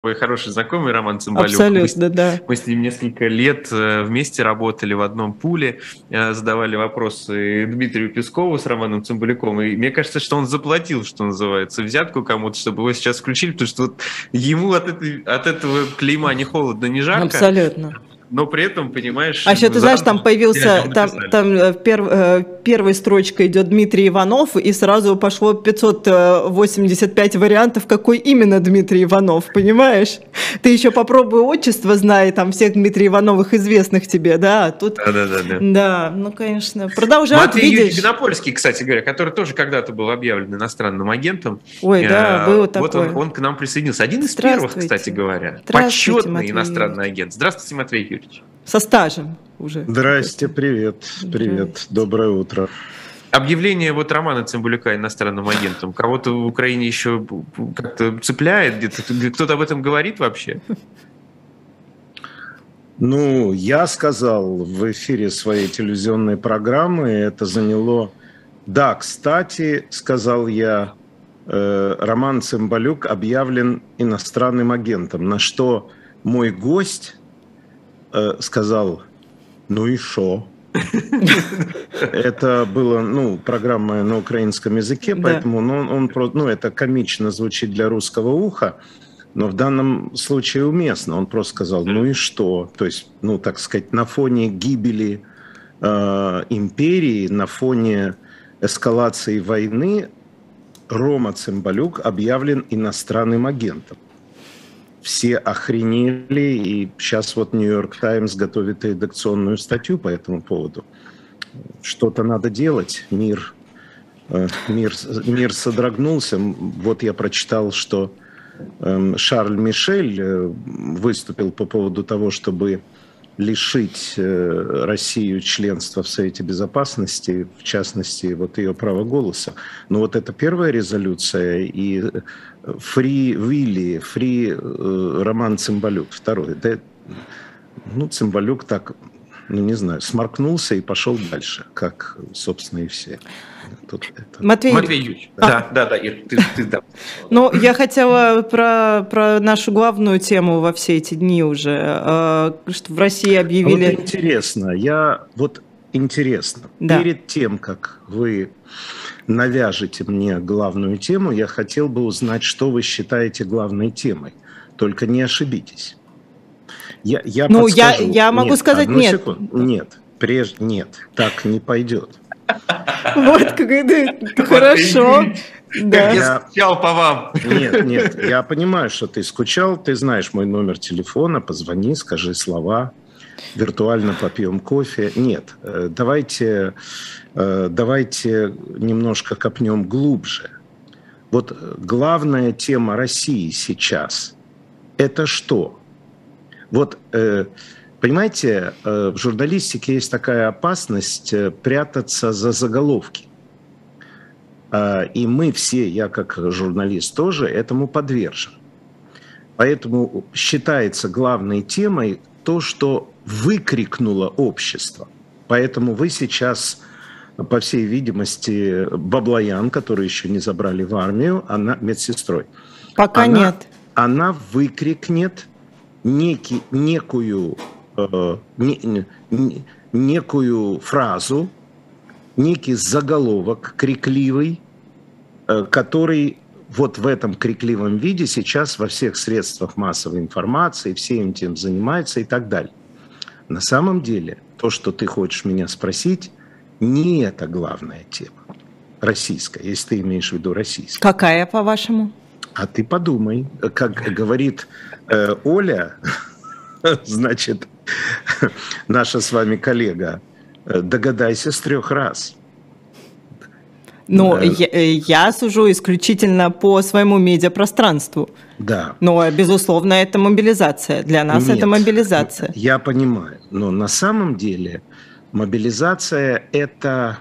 мой хороший знакомый Роман Цымбалюк. Абсолютно, да. Мы с ним несколько лет вместе работали в одном пуле, задавали вопросы Дмитрию Пескову с Романом Цымбалюком. И мне кажется, что он заплатил, что называется, взятку кому-то, чтобы его сейчас включили, потому что вот ему от этого клейма ни холодно, ни жарко. Абсолютно. Но при этом, понимаешь... А еще, ты знаешь, там появился, там первой строчкой идет Дмитрий Иванов, и сразу пошло 585 вариантов, какой именно Дмитрий Иванов, понимаешь? Ты еще попробуй отчество, знай, там всех Дмитрия Ивановых известных тебе, да, тут... Да. Да, ну, конечно, продолжают, Матвей Юрьевич видишь... Гонопольский, кстати говоря, который тоже когда-то был объявлен иностранным агентом. Ой, да, было такое. Вот он к нам присоединился. Один из первых, кстати говоря. Почетный Матвей иностранный Юрьевич. агент. Здравствуйте, Матвей Юрьевич. Со стажем уже. Здрасте, привет. Привет, доброе утро. Объявление вот Романа Цымбалюка иностранным агентом кого-то в Украине еще как-то цепляет? Где-то кто-то об этом говорит вообще? Ну, я сказал в эфире своей телевизионной программы, это заняло... Да, кстати, сказал я, Роман Цымбалюк объявлен иностранным агентом, на что мой гость сказал, ну и шо? Это была, программа на украинском языке, поэтому это комично звучит для русского уха, но в данном случае уместно. Он просто сказал, ну и что? То есть, так сказать, на фоне гибели империи, на фоне эскалации войны Рома Цымбалюк объявлен иностранным агентом. Все охренели, и сейчас вот «Нью-Йорк Таймс» готовит редакционную статью по этому поводу. Что-то надо делать. Мир содрогнулся. Вот я прочитал, что Шарль Мишель выступил по поводу того, чтобы лишить Россию членства в Совете Безопасности, в частности, вот ее права голоса. Но вот это первая резолюция, и Фри Роман Цымбалюк, второй. Цымбалюк так, не знаю, сморкнулся и пошел дальше, как, собственно, и все. Матвей Юрьевич. Да, Ир, ты да. Ну, я хотела про нашу главную тему во все эти дни уже, что в России объявили... Интересно. Да. Перед тем, как вы навяжете мне главную тему, я хотел бы узнать, что вы считаете главной темой. Только не ошибитесь. Я могу сказать нет. Секунду. Нет, так не пойдет. Вот как хорошо. Да. Я скучал по вам. Нет, я понимаю, что ты скучал, ты знаешь мой номер телефона, позвони, скажи слова, виртуально попьем кофе. Нет, давайте немножко копнем глубже. Вот главная тема России сейчас – это что? Вот, понимаете, в журналистике есть такая опасность прятаться за заголовки. И мы все, я как журналист тоже, этому подвержен. Поэтому считается главной темой то, что выкрикнуло общество. Поэтому вы сейчас, по всей видимости, Баблоян, которую еще не забрали в армию, она медсестрой. Пока нет. Она выкрикнет некую фразу, некий заголовок крикливый, который вот в этом крикливом виде сейчас во всех средствах массовой информации, все этим занимаются и так далее. На самом деле, то, что ты хочешь меня спросить, не это главная тема российская, если ты имеешь в виду российская. Какая, по-вашему? А ты подумай, как говорит Оля, значит, наша с вами коллега, догадайся с 3 раз. Но я сужу исключительно по своему медиапространству. Да. Но, безусловно, это мобилизация. Для нас это мобилизация. Я понимаю. Но на самом деле мобилизация – это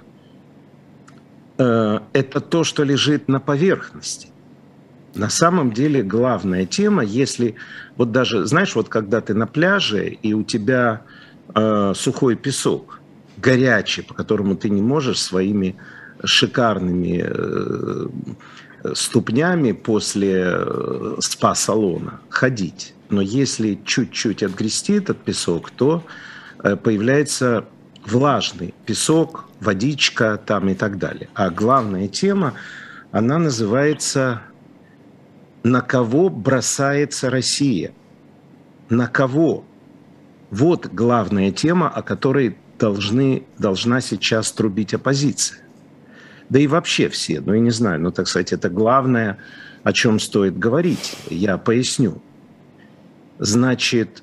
то, что лежит на поверхности. На самом деле главная тема, если вот даже, знаешь, вот когда ты на пляже и у тебя сухой песок, горячий, по которому ты не можешь своими шикарными ступнями после спа-салона ходить. Но если чуть-чуть отгрести этот песок, то появляется влажный песок, водичка там и так далее. А главная тема, она называется «На кого бросается Россия?» На кого? Вот главная тема, о которой должна сейчас трубить оппозиция. Да и вообще все, ну я не знаю, ну так сказать, это главное, о чем стоит говорить. Я поясню. Значит,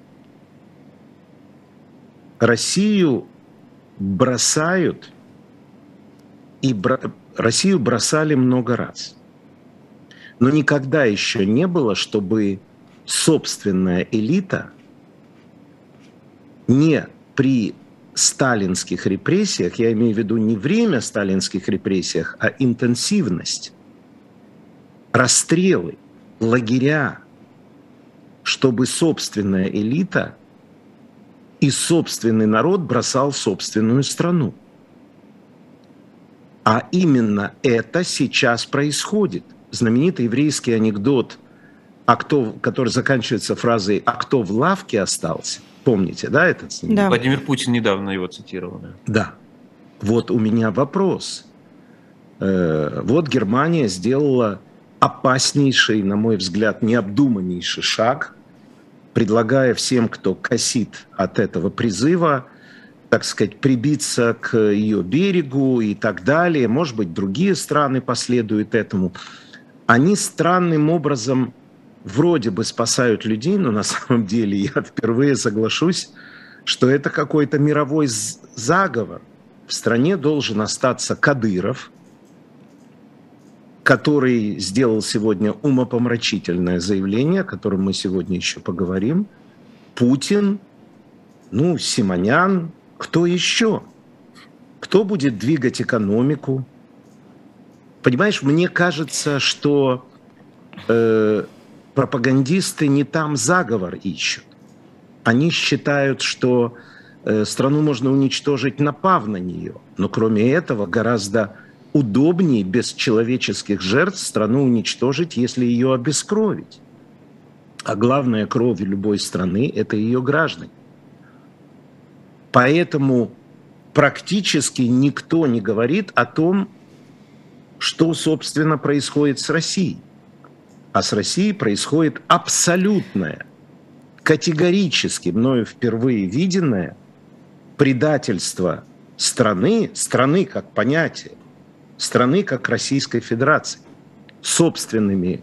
Россию бросают, Россию бросали много раз. Но никогда еще не было, чтобы собственная элита не при сталинских репрессиях, я имею в виду не время сталинских репрессиях, а интенсивность, расстрелы, лагеря, чтобы собственная элита и собственный народ бросал собственную страну. А именно это сейчас происходит. Знаменитый еврейский анекдот, который заканчивается фразой «А кто в лавке остался?» Помните, да, этот? Да. Владимир Путин недавно его цитировал. Да. Вот у меня вопрос. Вот Германия сделала опаснейший, на мой взгляд, необдуманнейший шаг, предлагая всем, кто косит от этого призыва, так сказать, прибиться к ее берегу и так далее. Может быть, другие страны последуют этому. Они странным образом вроде бы спасают людей, но на самом деле я впервые соглашусь, что это какой-то мировой заговор. В стране должен остаться Кадыров, который сделал сегодня умопомрачительное заявление, о котором мы сегодня еще поговорим. Путин, Симонян, кто еще? Кто будет двигать экономику? Понимаешь, мне кажется, что пропагандисты не там заговор ищут. Они считают, что страну можно уничтожить, напав на нее. Но кроме этого, гораздо удобнее без человеческих жертв страну уничтожить, если ее обескровить. А главная кровь любой страны – это ее граждане. Поэтому практически никто не говорит о том, что, собственно, происходит с Россией. А с Россией происходит абсолютное, категорически мною впервые виденное предательство страны как понятие, страны как Российской Федерации, собственным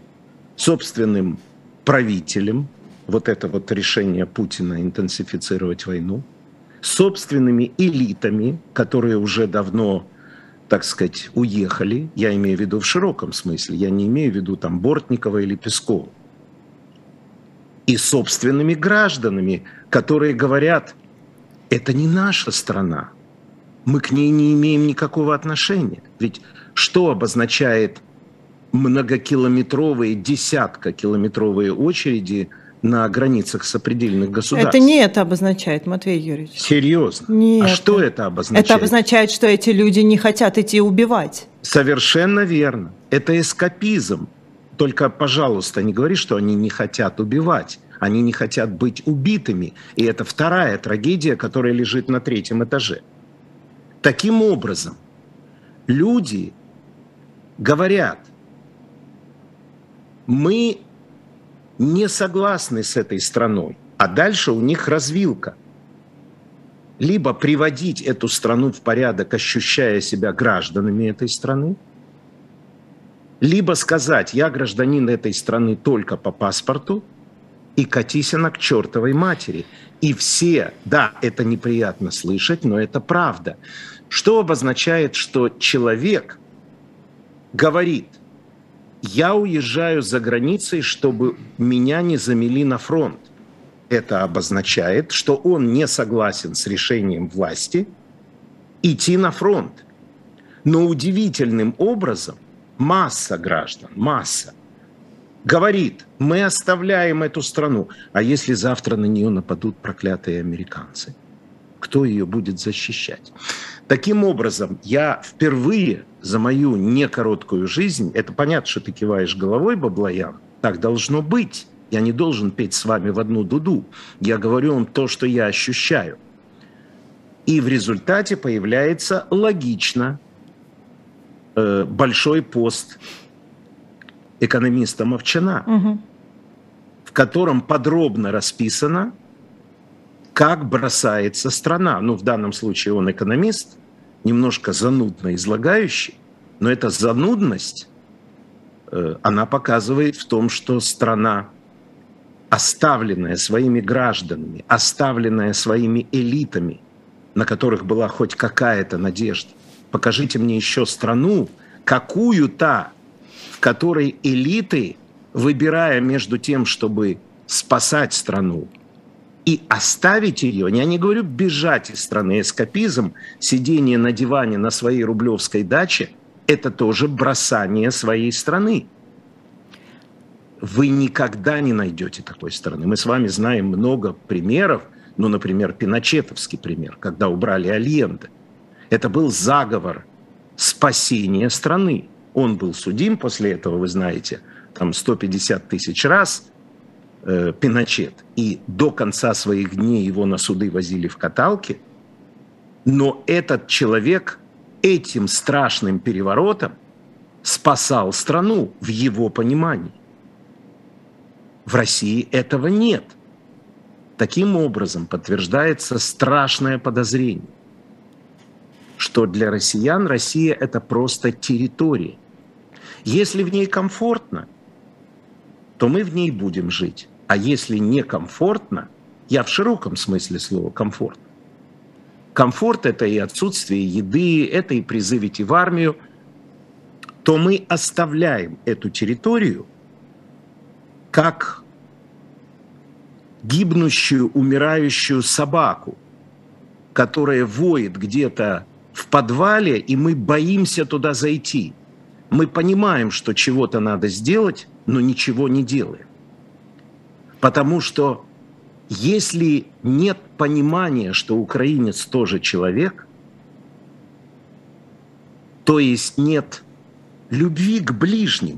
правителем, вот это вот решение Путина интенсифицировать войну, собственными элитами, которые уже давно, так сказать, уехали, я имею в виду в широком смысле, я не имею в виду там Бортникова или Пескова, и собственными гражданами, которые говорят, это не наша страна, мы к ней не имеем никакого отношения. Ведь что обозначает многокилометровые, десяткокилометровые очереди на границах сопредельных государств? Это не это обозначает, Матвей Юрьевич. Серьезно? Нет. А что это обозначает? Это обозначает, что эти люди не хотят идти убивать. Совершенно верно. Это эскапизм. Только, пожалуйста, не говори, что они не хотят убивать. Они не хотят быть убитыми. И это вторая трагедия, которая лежит на третьем этаже. Таким образом, люди говорят, мы не согласны с этой страной, а дальше у них развилка. Либо приводить эту страну в порядок, ощущая себя гражданами этой страны, либо сказать, я гражданин этой страны только по паспорту, и катись она к чертовой матери. И все, да, это неприятно слышать, но это правда. Что обозначает, что человек говорит, я уезжаю за границей, чтобы меня не замели на фронт. Это обозначает, что он не согласен с решением власти идти на фронт. Но удивительным образом масса граждан, говорит, мы оставляем эту страну. А если завтра на нее нападут проклятые американцы? Кто ее будет защищать? Таким образом, я впервые за мою некороткую жизнь, это понятно, что ты киваешь головой, Баблоян, так должно быть. Я не должен петь с вами в одну дуду. Я говорю вам то, что я ощущаю. И в результате появляется логично большой пост экономиста Мовчана, в котором подробно расписано, как бросается страна. Ну, в данном случае он экономист, немножко занудно излагающий, но эта занудность, она показывает в том, что страна, оставленная своими гражданами, оставленная своими элитами, на которых была хоть какая-то надежда. Покажите мне еще страну, какую-то, в которой элиты, выбирая между тем, чтобы спасать страну и оставить ее, я не говорю бежать из страны, эскапизм, сидение на диване на своей рублевской даче, это тоже бросание своей страны. Вы никогда не найдете такой страны. Мы с вами знаем много примеров, ну, например, пиночетовский пример, когда убрали Альенде. Это был заговор спасения страны. Он был судим после этого, вы знаете, там 150 тысяч раз, Пиночет, и до конца своих дней его на суды возили в каталке, но этот человек этим страшным переворотом спасал страну в его понимании. В России этого нет. Таким образом подтверждается страшное подозрение, что для россиян Россия – это просто территория. Если в ней комфортно, то мы в ней будем жить. А если некомфортно, я в широком смысле слова комфорт. Комфорт – это и отсутствие еды, это и призыв идти в армию, то мы оставляем эту территорию как гибнущую, умирающую собаку, которая воет где-то в подвале, и мы боимся туда зайти. Мы понимаем, что чего-то надо сделать, но ничего не делаем. Потому что если нет понимания, что украинец тоже человек, то есть нет любви к ближнему,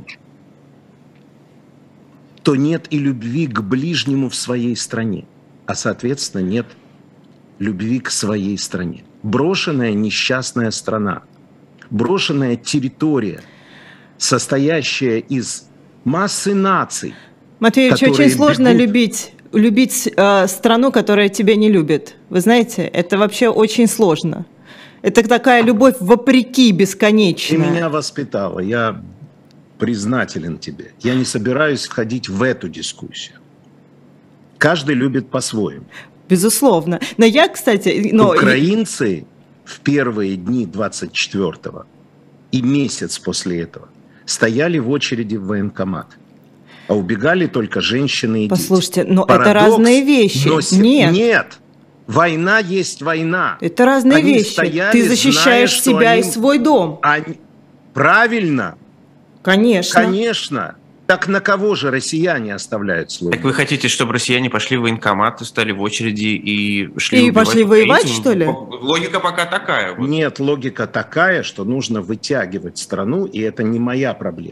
то нет и любви к ближнему в своей стране, а, соответственно, нет любви к своей стране. Брошенная несчастная страна, брошенная территория, состоящая из массы наций. Матвеевич, очень сложно любить страну, которая тебя не любит. Вы знаете, это вообще очень сложно. Это такая любовь вопреки бесконечная. Ты меня воспитала, я признателен тебе. Я не собираюсь входить в эту дискуссию. Каждый любит по-своему. Безусловно. Но я, кстати... Украинцы в первые дни 24-го и месяц после этого стояли в очереди в военкомат. А убегали только женщины и дети. Послушайте, но это разные вещи. Нет. Война есть война. Это разные вещи. Ты защищаешь себя и свой дом. Правильно. Конечно. Конечно. Так на кого же россияне оставляют свой дом? Так вы хотите, чтобы россияне пошли в военкомат, стали в очереди и шли и пошли воевать, что ли? Логика пока такая. Вот. Нет, логика такая, что нужно вытягивать страну, и это не моя проблема.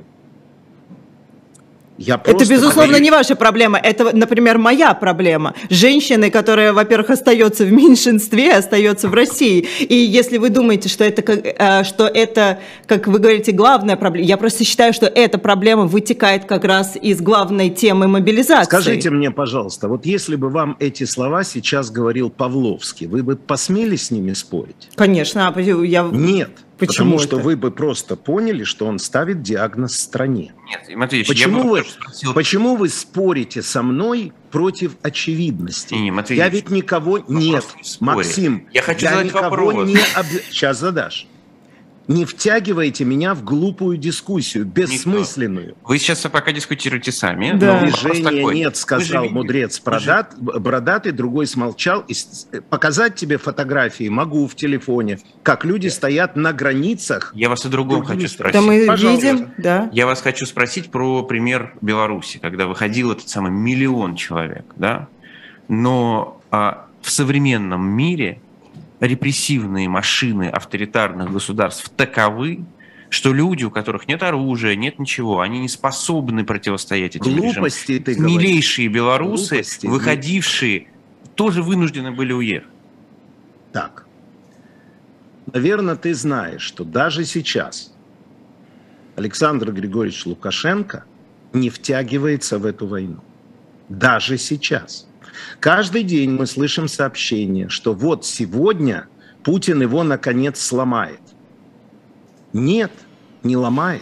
Это, безусловно, не ваша проблема. Это, например, моя проблема. Женщины, которая, во-первых, остается в меньшинстве, остается в России. И если вы думаете, что это, как вы говорите, главная проблема, я просто считаю, что эта проблема вытекает как раз из главной темы мобилизации. Скажите мне, пожалуйста, вот если бы вам эти слова сейчас говорил Павловский, вы бы посмели с ними спорить? Конечно. Нет. Почему Потому что вы бы просто поняли, что он ставит диагноз стране. Нет, Матвеевич, почему вы спорите со мной против очевидности? Я ведь никого... Нет, Максим, я хочу задать вопрос. Сейчас задашь. Не втягивайте меня в глупую дискуссию, бессмысленную. Вы сейчас пока дискутируете сами. Да. Движения нет, сказал мудрец бородатый, другой смолчал. Показать тебе фотографии могу в телефоне, как люди стоят на границах. Я вас о другом хочу спросить. Да, мы видим, да. Я вас хочу спросить про пример Беларуси, когда выходил этот самый 1 миллион человек, да? Но в современном мире репрессивные машины авторитарных государств таковы, что люди, у которых нет оружия, нет ничего, они не способны противостоять этим режимам. Милейшие белорусы, выходившие, тоже вынуждены были уехать. Так. Наверное, ты знаешь, что даже сейчас Александр Григорьевич Лукашенко не втягивается в эту войну. Даже сейчас. Каждый день мы слышим сообщения, что вот сегодня Путин его наконец сломает. Нет, не ломает.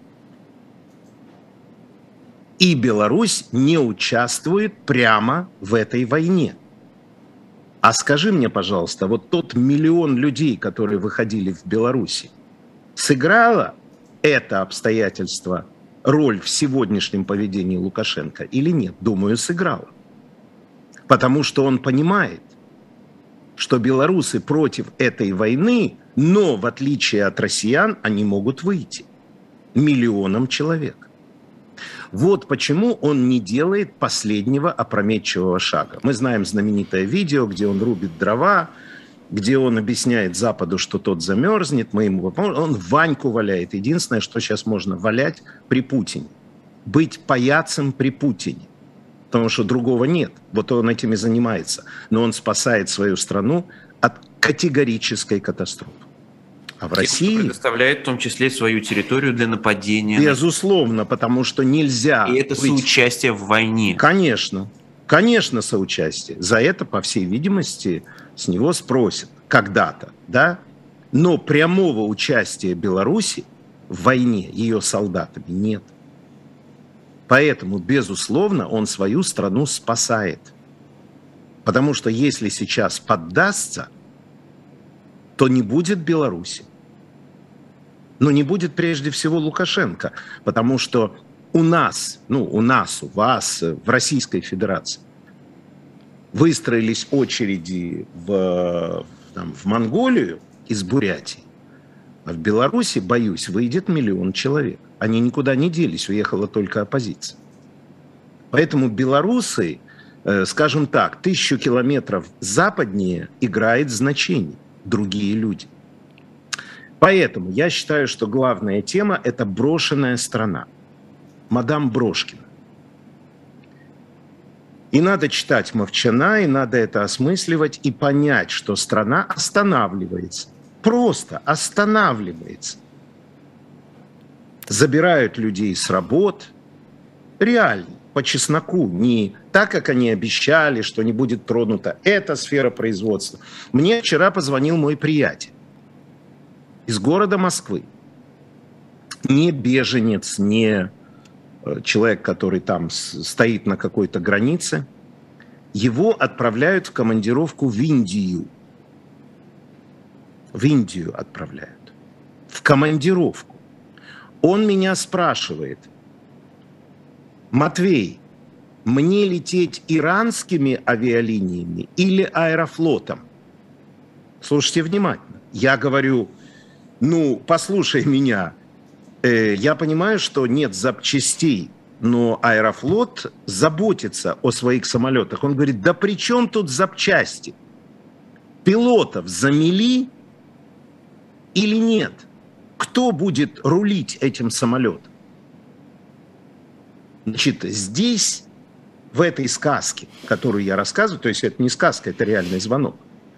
И Беларусь не участвует прямо в этой войне. А скажи мне, пожалуйста, вот тот миллион людей, которые выходили в Беларуси, сыграло это обстоятельство роль в сегодняшнем поведении Лукашенко или нет? Думаю, сыграло. Потому что он понимает, что белорусы против этой войны, но в отличие от россиян, они могут выйти миллионам человек. Вот почему он не делает последнего опрометчивого шага. Мы знаем знаменитое видео, где он рубит дрова, где он объясняет Западу, что тот замерзнет, мы ему поможем. Он Ваньку валяет. Единственное, что сейчас можно валять при Путине. Быть паяцем при Путине. Потому что другого нет. Вот он этим и занимается. Но он спасает свою страну от категорической катастрофы. А в России... предоставляет в том числе свою территорию для нападения. Безусловно, потому что нельзя... И это соучастие в войне. Конечно. Конечно, соучастие. За это, по всей видимости, с него спросят когда-то, да? Но прямого участия Беларуси в войне ее солдатами нет. Поэтому, безусловно, он свою страну спасает. Потому что если сейчас поддастся, то не будет Беларуси. Но не будет прежде всего Лукашенко, потому что у нас, у вас, в Российской Федерации выстроились очереди в Монголию из Бурятии, а в Беларуси, боюсь, выйдет 1 миллион человек. Они никуда не делись, уехала только оппозиция. Поэтому белорусы, скажем так, 1000 километров западнее играет значение другие люди. Поэтому я считаю, что главная тема – это брошенная страна. Мадам Брошкина. И надо читать Мовчана, и надо это осмысливать и понять, что страна останавливается. Просто останавливается. Забирают людей с работ. Реально, по чесноку. Не так, как они обещали, что не будет тронута эта сфера производства. Мне вчера позвонил мой приятель из города Москвы. Не беженец, не человек, который там стоит на какой-то границе. Его отправляют в командировку в Индию. В Индию отправляют. В командировку. Он меня спрашивает: Матвей, мне лететь иранскими авиалиниями или Аэрофлотом? Слушайте внимательно. Я говорю, послушай меня. Я понимаю, что нет запчастей, но Аэрофлот заботится о своих самолетах. Он говорит, да при чем тут запчасти? Пилотов замели или нет? Кто будет рулить этим самолетом? Значит, здесь, в этой сказке, которую я рассказываю, то есть это не сказка, это реальный звонок,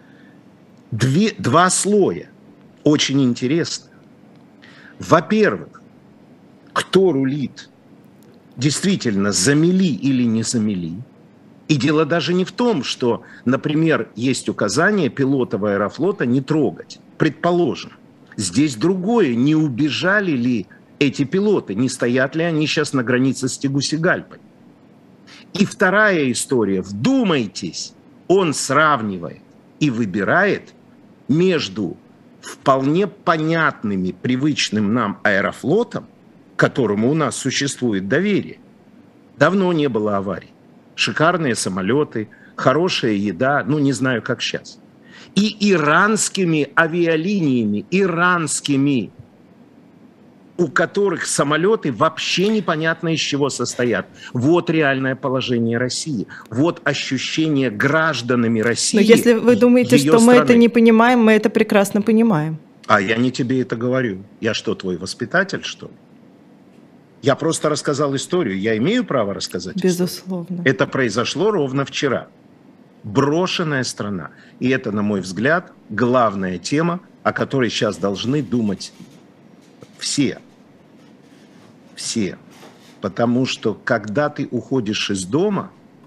два слоя очень интересно. Во-первых, кто рулит, действительно, замели или не замели. И дело даже не в том, что, например, есть указание пилотов Аэрофлота не трогать. Предположим. Здесь другое. Не убежали ли эти пилоты? Не стоят ли они сейчас на границе с Тегусигальпой? И вторая история. Вдумайтесь. Он сравнивает и выбирает между вполне понятными, привычным нам Аэрофлотом, к которому у нас существует доверие. Давно не было аварий. Шикарные самолеты, хорошая еда, не знаю, как сейчас. И иранскими авиалиниями, у которых самолеты вообще непонятно из чего состоят. Вот реальное положение России. Вот ощущение гражданами России. Но если вы думаете, что мы это не понимаем, мы это прекрасно понимаем. А я не тебе это говорю. Я что, твой воспитатель, что ли? Я просто рассказал историю. Я имею право рассказать Безусловно. историю. Это произошло ровно вчера. Брошенная страна. И это, на мой взгляд, главная тема, о которой сейчас должны думать все. Все. Потому что, когда ты уходишь из дома,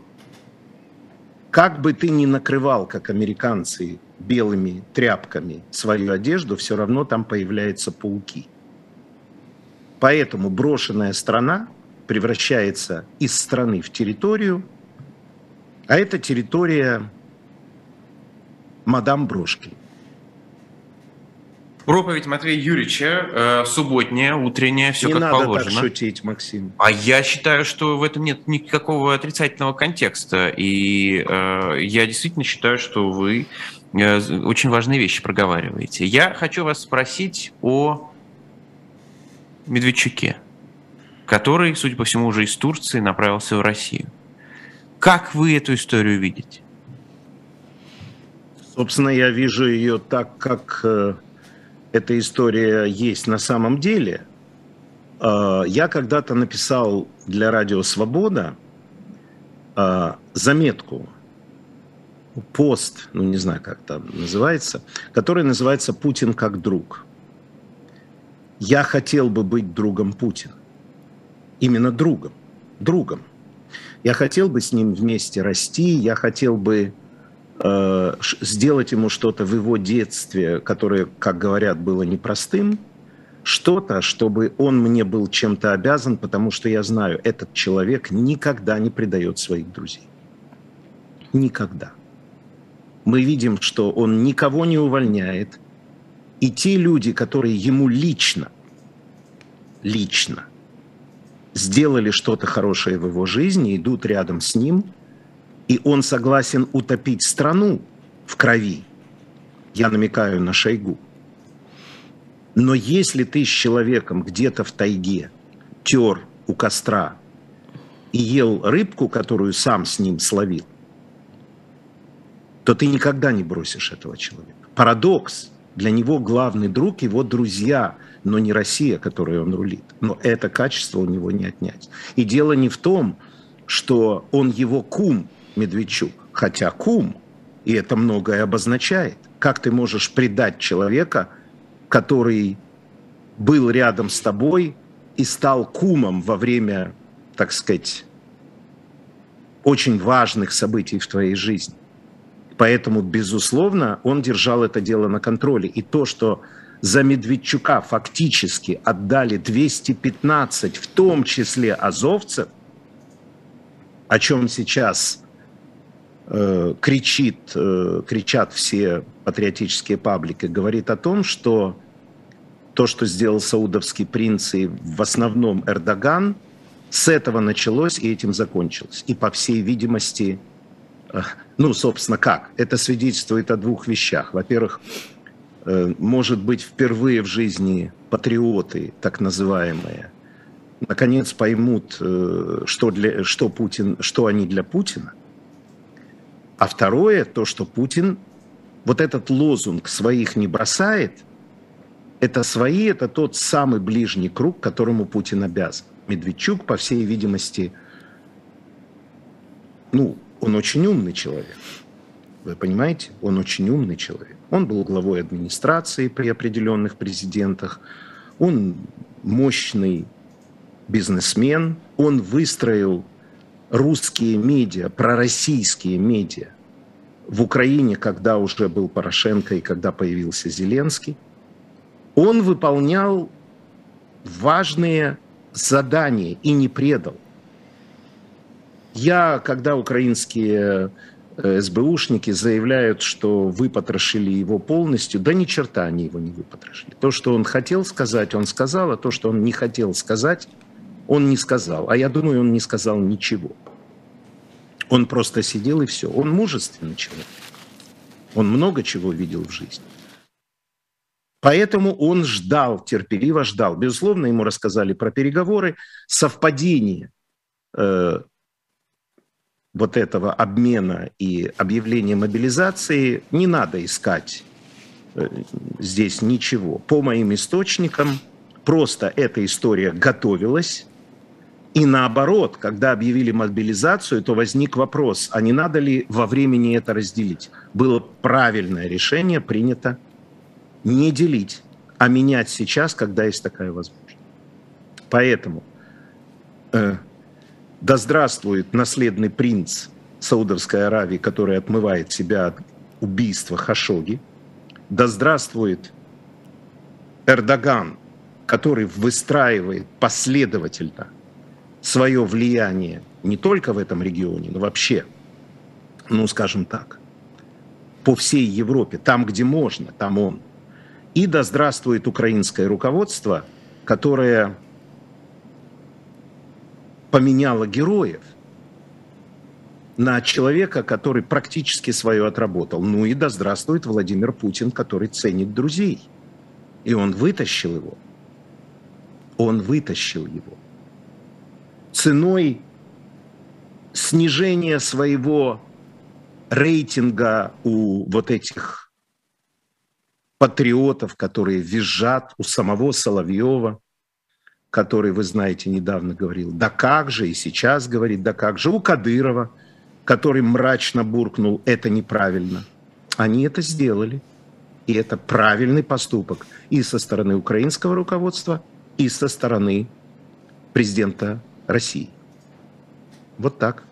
как бы ты ни накрывал, как американцы, белыми тряпками свою одежду, все равно там появляются пауки. Поэтому брошенная страна превращается из страны в территорию, а это территория мадам Брошкин. Проповедь Матвея Юрьевича, субботняя, утренняя, все как положено. Не надо так шутить, Максим. А я считаю, что в этом нет никакого отрицательного контекста. И я действительно считаю, что вы очень важные вещи проговариваете. Я хочу вас спросить о Медведчуке, который, судя по всему, уже из Турции направился в Россию. Как вы эту историю видите? Собственно, я вижу ее так, как эта история есть на самом деле. Я когда-то написал для Радио Свобода заметку, пост, ну не знаю, как там называется, который называется «Путин как друг». Я хотел бы быть другом Путина. Именно другом. Другом. Я хотел бы с ним вместе расти, я хотел бы сделать ему что-то в его детстве, которое, как говорят, было непростым, что-то, чтобы он мне был чем-то обязан, потому что я знаю, этот человек никогда не предает своих друзей. Никогда. Мы видим, что он никого не увольняет, и те люди, которые ему лично сделали что-то хорошее в его жизни, идут рядом с ним, и он согласен утопить страну в крови. Я намекаю на Шойгу. Но если ты с человеком где-то в тайге тер у костра и ел рыбку, которую сам с ним словил, то ты никогда не бросишь этого человека. Парадокс. Для него главный друг его друзья, но не Россия, которой он рулит. Но это качество у него не отнять. И дело не в том, что он его кум, Медведчук, хотя кум, и это многое обозначает. Как ты можешь предать человека, который был рядом с тобой и стал кумом во время, так сказать, очень важных событий в твоей жизни? Поэтому, безусловно, он держал это дело на контроле. И то, что за Медведчука фактически отдали 215, в том числе азовцев, о чем сейчас кричат все патриотические паблики, говорит о том, что то, что сделал саудовский принц и в основном Эрдоган, с этого началось и этим закончилось. И, по всей видимости, ну, собственно, как? Это свидетельствует о двух вещах. Во-первых, может быть, впервые в жизни патриоты, так называемые, наконец поймут, что они для Путина. А второе, то, что Путин вот этот лозунг «своих не бросает», это свои, это тот самый ближний круг, которому Путин обязан. Медведчук, по всей видимости, ну, он очень умный человек. Вы понимаете? Он очень умный человек. Он был главой администрации при определенных президентах. Он мощный бизнесмен. Он выстроил русские медиа, пророссийские медиа в Украине, когда уже был Порошенко и когда появился Зеленский. Он выполнял важные задания и не предал. Когда украинские СБУшники заявляют, что выпотрошили его полностью, да ни черта они его не выпотрошили. То, что он хотел сказать, он сказал, а то, что он не хотел сказать, он не сказал. А я думаю, он не сказал ничего. Он просто сидел и все. Он мужественный человек. Он много чего видел в жизни. Поэтому он ждал, терпеливо ждал. Безусловно, ему рассказали про переговоры, совпадение вот этого обмена и объявления мобилизации не надо искать здесь ничего. По моим источникам, просто эта история готовилась. И наоборот, когда объявили мобилизацию, то возник вопрос, а не надо ли во времени это разделить? Было правильное решение принято не делить, а менять сейчас, когда есть такая возможность. Поэтому да здравствует наследный принц Саудовской Аравии, который отмывает себя от убийства Хашогги. Да здравствует Эрдоган, который выстраивает последовательно свое влияние не только в этом регионе, но вообще, ну скажем так, по всей Европе, там, где можно, там он. И да здравствует украинское руководство, которое поменяло героев на человека, который практически свое отработал. Ну и да здравствует Владимир Путин, который ценит друзей. И он вытащил его. Он вытащил его. Ценой снижения своего рейтинга у вот этих патриотов, которые визжат, у самого Соловьева, который, вы знаете, недавно говорил, да как же, и сейчас говорит, да как же, у Кадырова, который мрачно буркнул, это неправильно. Они это сделали. И это правильный поступок и со стороны украинского руководства, и со стороны президента России. Вот так.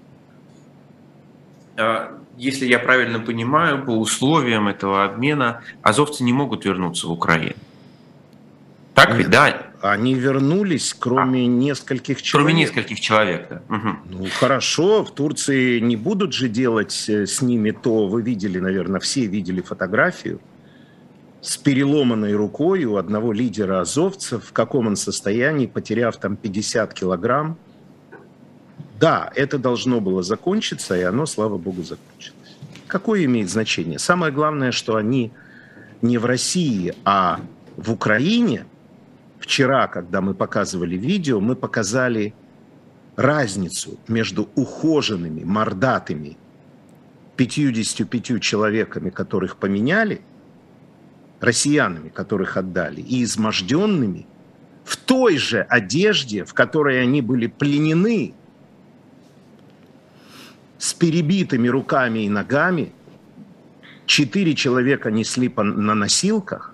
Если я правильно понимаю, по условиям этого обмена азовцы не могут вернуться в Украину. Так Нет, ведь, да? Они вернулись, кроме нескольких человек. Кроме нескольких человек, да. Угу. Ну, хорошо, в Турции не будут же делать с ними то, вы видели, наверное, все видели фотографию с переломанной рукой у одного лидера азовцев, в каком он состоянии, потеряв там 50 килограмм. Да, это должно было закончиться, и оно, слава богу, закончилось. Какое имеет значение? Самое главное, что они не в России, а в Украине. Вчера, когда мы показывали видео, мы показали разницу между ухоженными, мордатыми 55 человеками, которых поменяли, россиянами, которых отдали, и изможденными в той же одежде, в которой они были пленены, с перебитыми руками и ногами. 4 человека несли на носилках.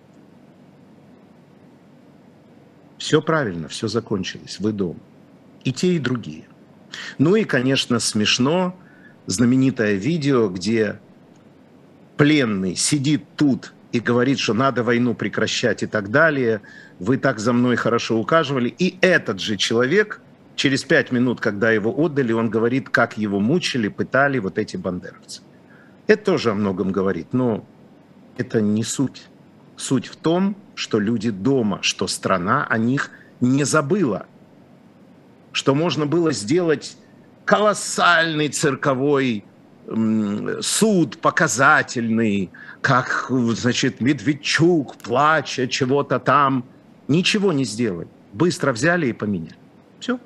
Все правильно, все закончилось, вы дома. И те, и другие. Ну и, конечно, смешно знаменитое видео, где пленный сидит тут и говорит, что надо войну прекращать и так далее. Вы так за мной хорошо ухаживали. И этот же человек, через 5 минут, когда его отдали, он говорит, как его мучили, пытали вот эти бандеровцы. Это тоже о многом говорит, но это не суть. Суть в том, что люди дома, что страна о них не забыла. Что можно было сделать колоссальный цирковой суд показательный, как, значит, Медведчук, плача чего-то там. Ничего не сделали. Быстро взяли и поменяли. Все.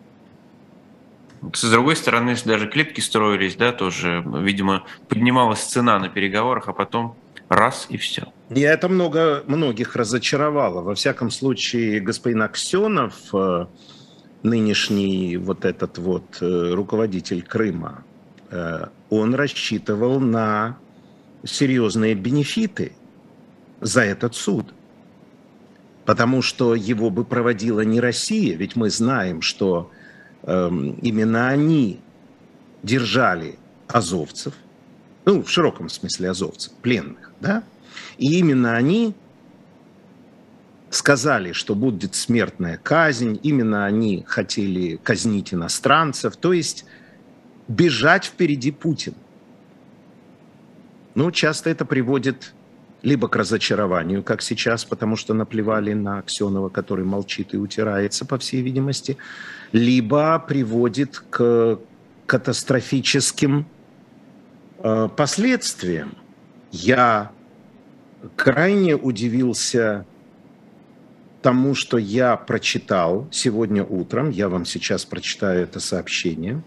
С другой стороны, даже клетки строились, да, тоже, видимо, поднималась цена на переговорах, а потом раз и все. И это многих разочаровало. Во всяком случае, господин Аксенов, нынешний вот этот вот руководитель Крыма, он рассчитывал на серьезные бенефиты за этот суд. Потому что его бы проводила не Россия, ведь мы знаем, что именно они держали азовцев, ну, в широком смысле азовцев, пленных, да? И именно они сказали, что будет смертная казнь, именно они хотели казнить иностранцев, то есть бежать впереди Путина. Ну, часто это приводит либо к разочарованию, как сейчас, потому что наплевали на Аксенова, который молчит и утирается, по всей видимости, либо приводит к катастрофическим последствиям. Я крайне удивился тому, что я прочитал сегодня утром. Я вам сейчас прочитаю это сообщение.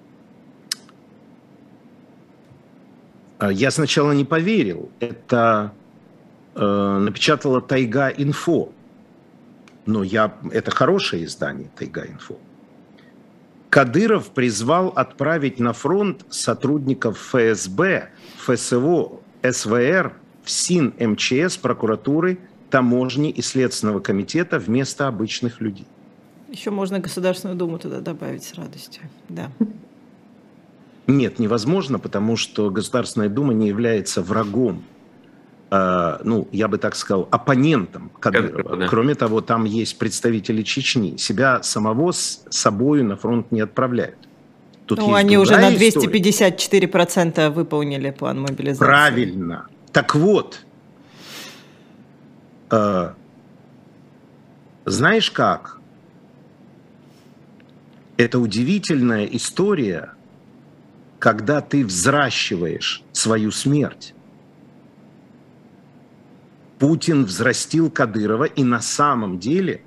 Я сначала не поверил. Это напечатала Тайга-Инфо. Но это хорошее издание Тайга-Инфо. Кадыров призвал отправить на фронт сотрудников ФСБ, ФСО, СВР, ФСИН, МЧС, прокуратуры, таможни и Следственного комитета вместо обычных людей. Еще можно Государственную Думу туда добавить с радостью. Да. Нет, невозможно, потому что Государственная Дума не является врагом, я бы так сказал, оппонентом Кадырова. Да. Кроме того, там есть представители Чечни. Себя самого с собою на фронт не отправляют. Тут они уже на 254% выполнили план мобилизации. Правильно. Так вот, знаешь как? Это удивительная история, когда ты взращиваешь свою смерть. Путин взрастил Кадырова, и на самом деле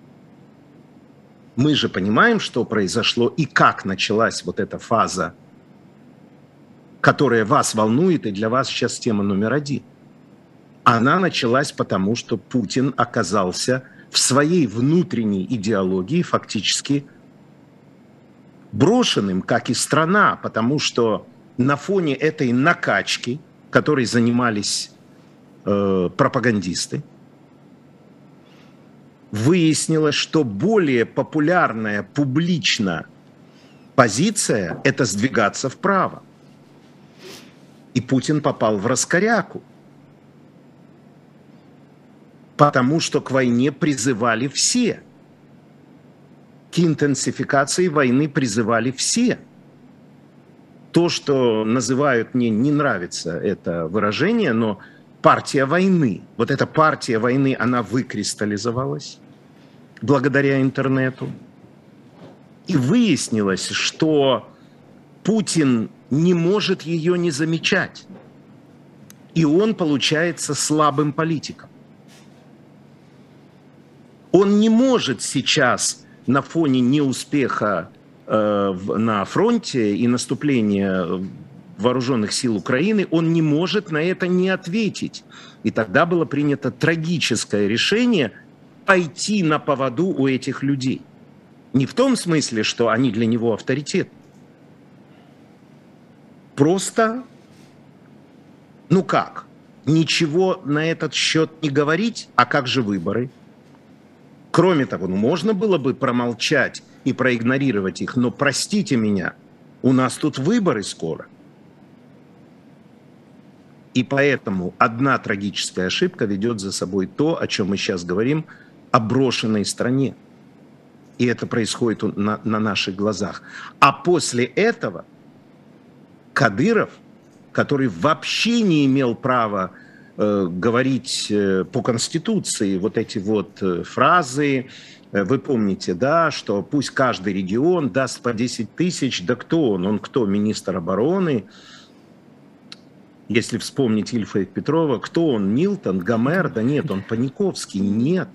мы же понимаем, что произошло и как началась вот эта фаза, которая вас волнует, и для вас сейчас тема номер один. Она началась потому, что Путин оказался в своей внутренней идеологии фактически брошенным, как и страна, потому что на фоне этой накачки, которой занимались пропагандисты, выяснилось, что более популярная публично позиция – это сдвигаться вправо. И Путин попал в раскоряку, потому что к войне призывали все. К интенсификации войны призывали все. То, что называют, мне не нравится это выражение, но партия войны. Вот эта партия войны, она выкристаллизовалась благодаря интернету. И выяснилось, что Путин не может ее не замечать. И он получается слабым политиком. Он не может сейчас на фоне неуспеха на фронте и наступления вооруженных сил Украины, он не может на это не ответить. И тогда было принято трагическое решение пойти на поводу у этих людей. Не в том смысле, что они для него авторитет. Просто, ничего на этот счет не говорить, а как же выборы? Кроме того, можно было бы промолчать и проигнорировать их, но простите меня, у нас тут выборы скоро. И поэтому одна трагическая ошибка ведет за собой то, о чем мы сейчас говорим, о брошенной стране. И это происходит на наших глазах. А после этого Кадыров, который вообще не имел права говорить по Конституции вот эти вот фразы, вы помните, да, что пусть каждый регион даст по 10 тысяч, да кто он? Он кто? Министр обороны? Если вспомнить Ильфа и Петрова, кто он? Милтон, Гомер? Да нет, он Паниковский. Нет.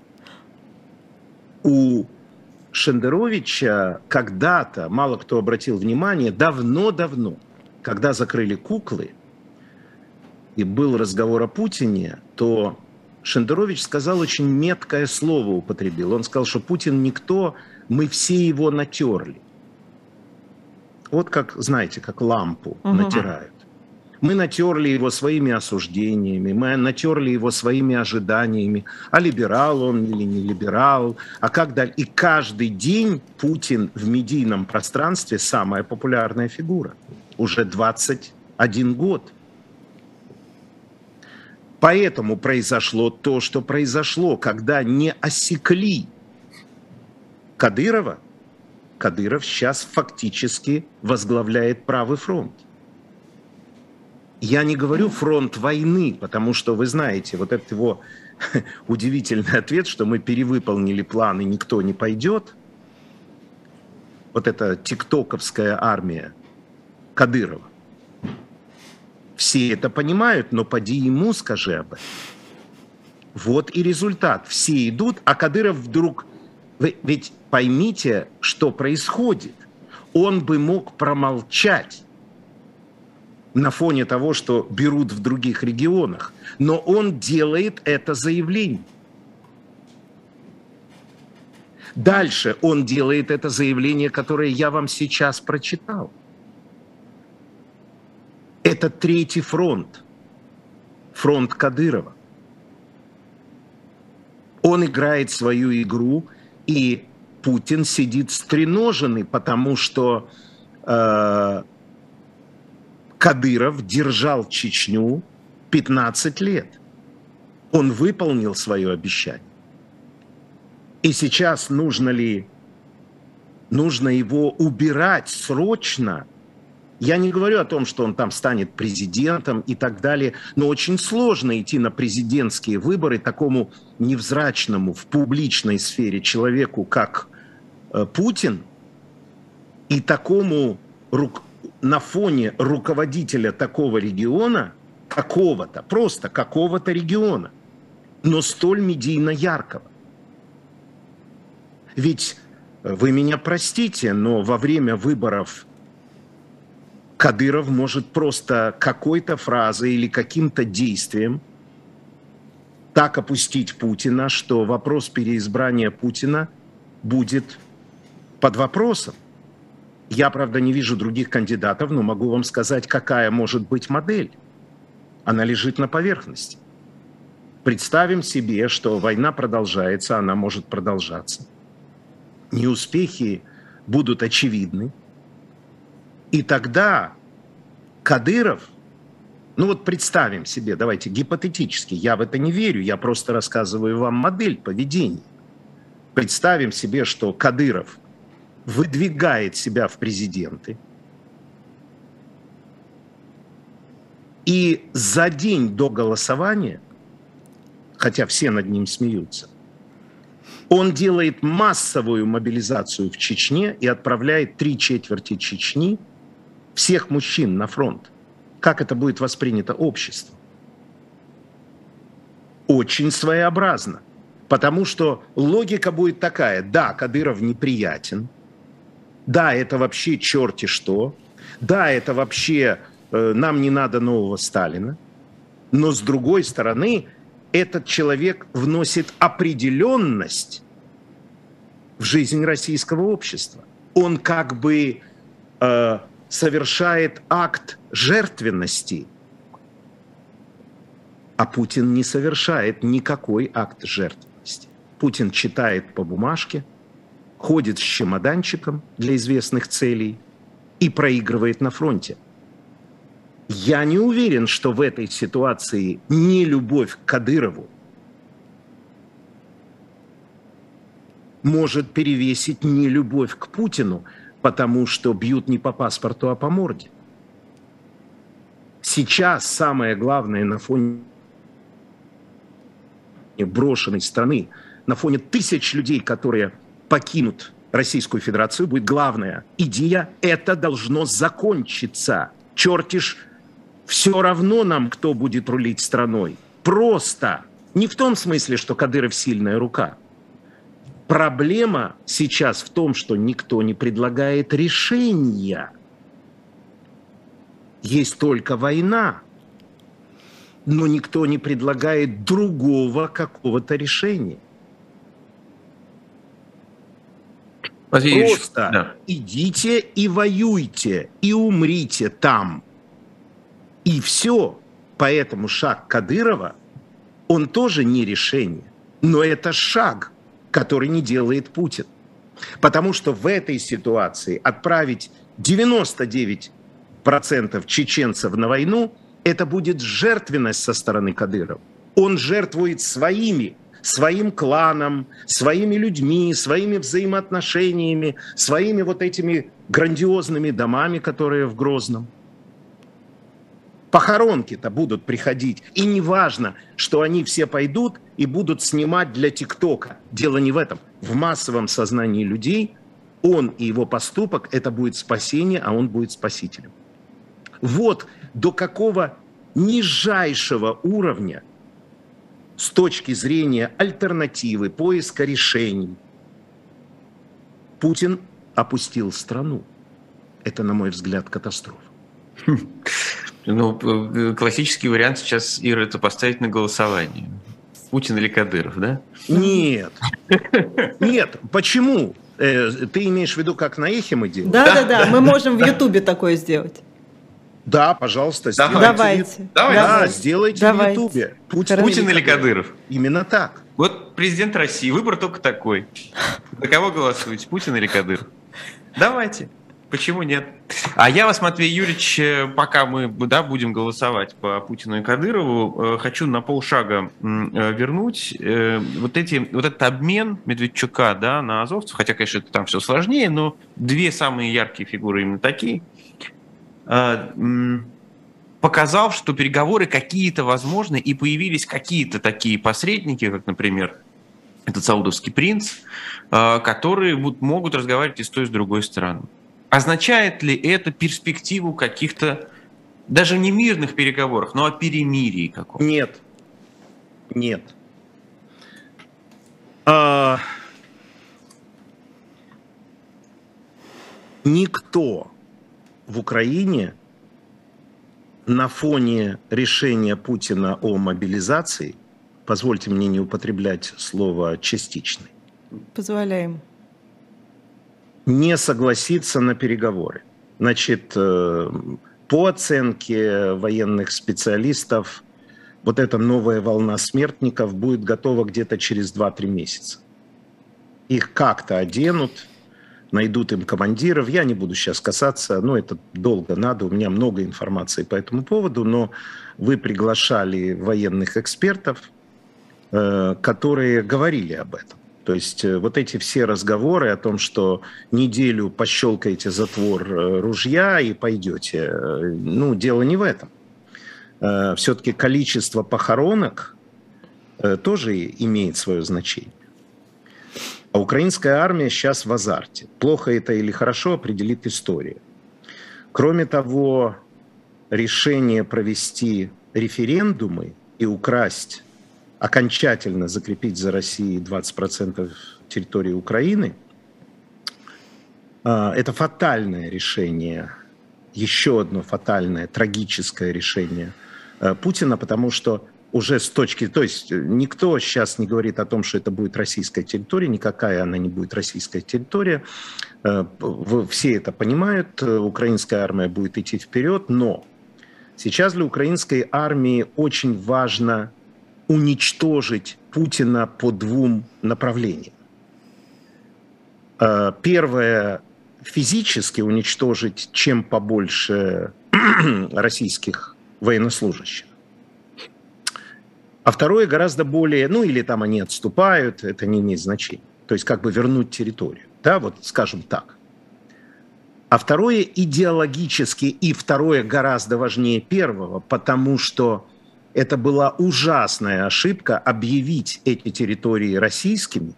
У Шендеровича когда-то, мало кто обратил внимание, давно-давно, когда закрыли куклы, и был разговор о Путине, то Шендерович сказал очень меткое слово, употребил. Он сказал, что Путин никто, мы все его натерли. Вот как, знаете, как лампу натирают. Мы натерли его своими осуждениями, мы натерли его своими ожиданиями, а либерал он или не либерал, а как далее. И каждый день Путин в медийном пространстве самая популярная фигура. Уже 21 год. Поэтому произошло то, что произошло, когда не осекли Кадырова. Кадыров сейчас фактически возглавляет правый фронт. Я не говорю фронт войны, потому что вы знаете, вот этот его удивительный ответ, что мы перевыполнили план и никто не пойдет. Вот эта тиктоковская армия Кадырова. Все это понимают, но поди ему скажи об этом. Вот и результат. Все идут, а Кадыров вдруг... Ведь поймите, что происходит. Он бы мог промолчать на фоне того, что берут в других регионах, но он делает это заявление. Дальше он делает это заявление, которое я вам сейчас прочитал. Это третий фронт. Фронт Кадырова. Он играет свою игру, и Путин сидит стреноженный, потому что Кадыров держал Чечню 15 лет. Он выполнил свое обещание. И сейчас нужно его убирать срочно. Я не говорю о том, что он там станет президентом и так далее, но очень сложно идти на президентские выборы такому невзрачному в публичной сфере человеку, как Путин, и такому на фоне руководителя такого региона, какого-то, просто какого-то региона, но столь медийно яркого. Ведь вы меня простите, но во время выборов Кадыров может просто какой-то фразой или каким-то действием так опустить Путина, что вопрос переизбрания Путина будет под вопросом. Я, правда, не вижу других кандидатов, но могу вам сказать, какая может быть модель. Она лежит на поверхности. Представим себе, что война продолжается, она может продолжаться. Неуспехи будут очевидны. И тогда Кадыров, ну вот представим себе, давайте гипотетически, я в это не верю, я просто рассказываю вам модель поведения. Представим себе, что Кадыров выдвигает себя в президенты, и за день до голосования, хотя все над ним смеются, он делает массовую мобилизацию в Чечне и отправляет 3/4 Чечни, всех мужчин на фронт. Как это будет воспринято обществом? Очень своеобразно. Потому что логика будет такая: да, Кадыров неприятен, да, это вообще черти что, да, это вообще нам не надо нового Сталина, но с другой стороны, этот человек вносит определенность в жизнь российского общества. Он как бы совершает акт жертвенности, а Путин не совершает никакой акт жертвенности. Путин читает по бумажке, ходит с чемоданчиком для известных целей и проигрывает на фронте. Я не уверен, что в этой ситуации нелюбовь к Кадырову может перевесить нелюбовь к Путину, потому что бьют не по паспорту, а по морде. Сейчас самое главное на фоне брошенной страны, на фоне тысяч людей, которые покинут Российскую Федерацию, будет главная идея: это должно закончиться. Черти ж, все равно нам, кто будет рулить страной. Просто. Не в том смысле, что Кадыров сильная рука. Проблема сейчас в том, что никто не предлагает решения. Есть только война, но никто не предлагает другого какого-то решения. Просто идите и воюйте, и умрите там. И все. Поэтому шаг Кадырова, он тоже не решение, но это шаг, который не делает Путин. Потому что в этой ситуации отправить 99% чеченцев на войну, это будет жертвенность со стороны Кадырова. Он жертвует своим кланом, своими людьми, своими взаимоотношениями, своими вот этими грандиозными домами, которые в Грозном. Похоронки-то будут приходить. И не важно, что они все пойдут и будут снимать для ТикТока. Дело не в этом. В массовом сознании людей он и его поступок – это будет спасение, а он будет спасителем. Вот до какого нижайшего уровня с точки зрения альтернативы, поиска решений. Путин опустил страну. Это, на мой взгляд, катастрофа. Ну, классический вариант сейчас, Ира, это поставить на голосование. Путин или Кадыров, да? Нет. Нет. Почему? Ты имеешь в виду, как на Эхе мы делаем? Да, мы можем в Ютубе такое сделать. Да, пожалуйста, сделайте. Давайте. Да, сделайте в Ютубе. Путин или Кадыров? Именно так. Вот президент России, выбор только такой. За кого голосуете, Путин или Кадыров? Давайте. Почему нет? А я вас, Матвей Юрьевич, пока мы будем голосовать по Путину и Кадырову, хочу на полшага вернуть вот этот обмен Медведчука, да, на азовцев, хотя, конечно, это там все сложнее, но две самые яркие фигуры именно такие, показал, что переговоры какие-то возможны, и появились какие-то такие посредники, как, например, этот саудовский принц, которые могут разговаривать и с той, и с другой стороны. Означает ли это перспективу каких-то, даже не мирных переговоров, но о перемирии каком-то? Нет. Нет. Никто в Украине на фоне решения Путина о мобилизации, позвольте мне не употреблять слово «частичный», позволяем, не согласится на переговоры. Значит, по оценке военных специалистов, вот эта новая волна смертников будет готова где-то через 2-3 месяца. Их как-то оденут, найдут им командиров. Я не буду сейчас касаться, это долго надо, у меня много информации по этому поводу, но вы приглашали военных экспертов, которые говорили об этом. То есть вот эти все разговоры о том, что неделю пощелкаете затвор ружья и пойдете, дело не в этом. Все-таки количество похоронок тоже имеет свое значение. А украинская армия сейчас в азарте. Плохо это или хорошо, определит история. Кроме того, решение провести референдумы и украсть, окончательно закрепить за Россией 20% территории Украины, это фатальное решение, еще одно фатальное, трагическое решение Путина, потому что уже с точки... То есть никто сейчас не говорит о том, что это будет российская территория, никакая она не будет российская территория. Все это понимают, украинская армия будет идти вперед, но сейчас для украинской армии очень важно уничтожить Путина по двум направлениям. Первое – физически уничтожить чем побольше российских военнослужащих. А второе гораздо более, или там они отступают, это не имеет значения. То есть как бы вернуть территорию, да, вот скажем так. А второе идеологически, и второе гораздо важнее первого, потому что это была ужасная ошибка объявить эти территории российскими,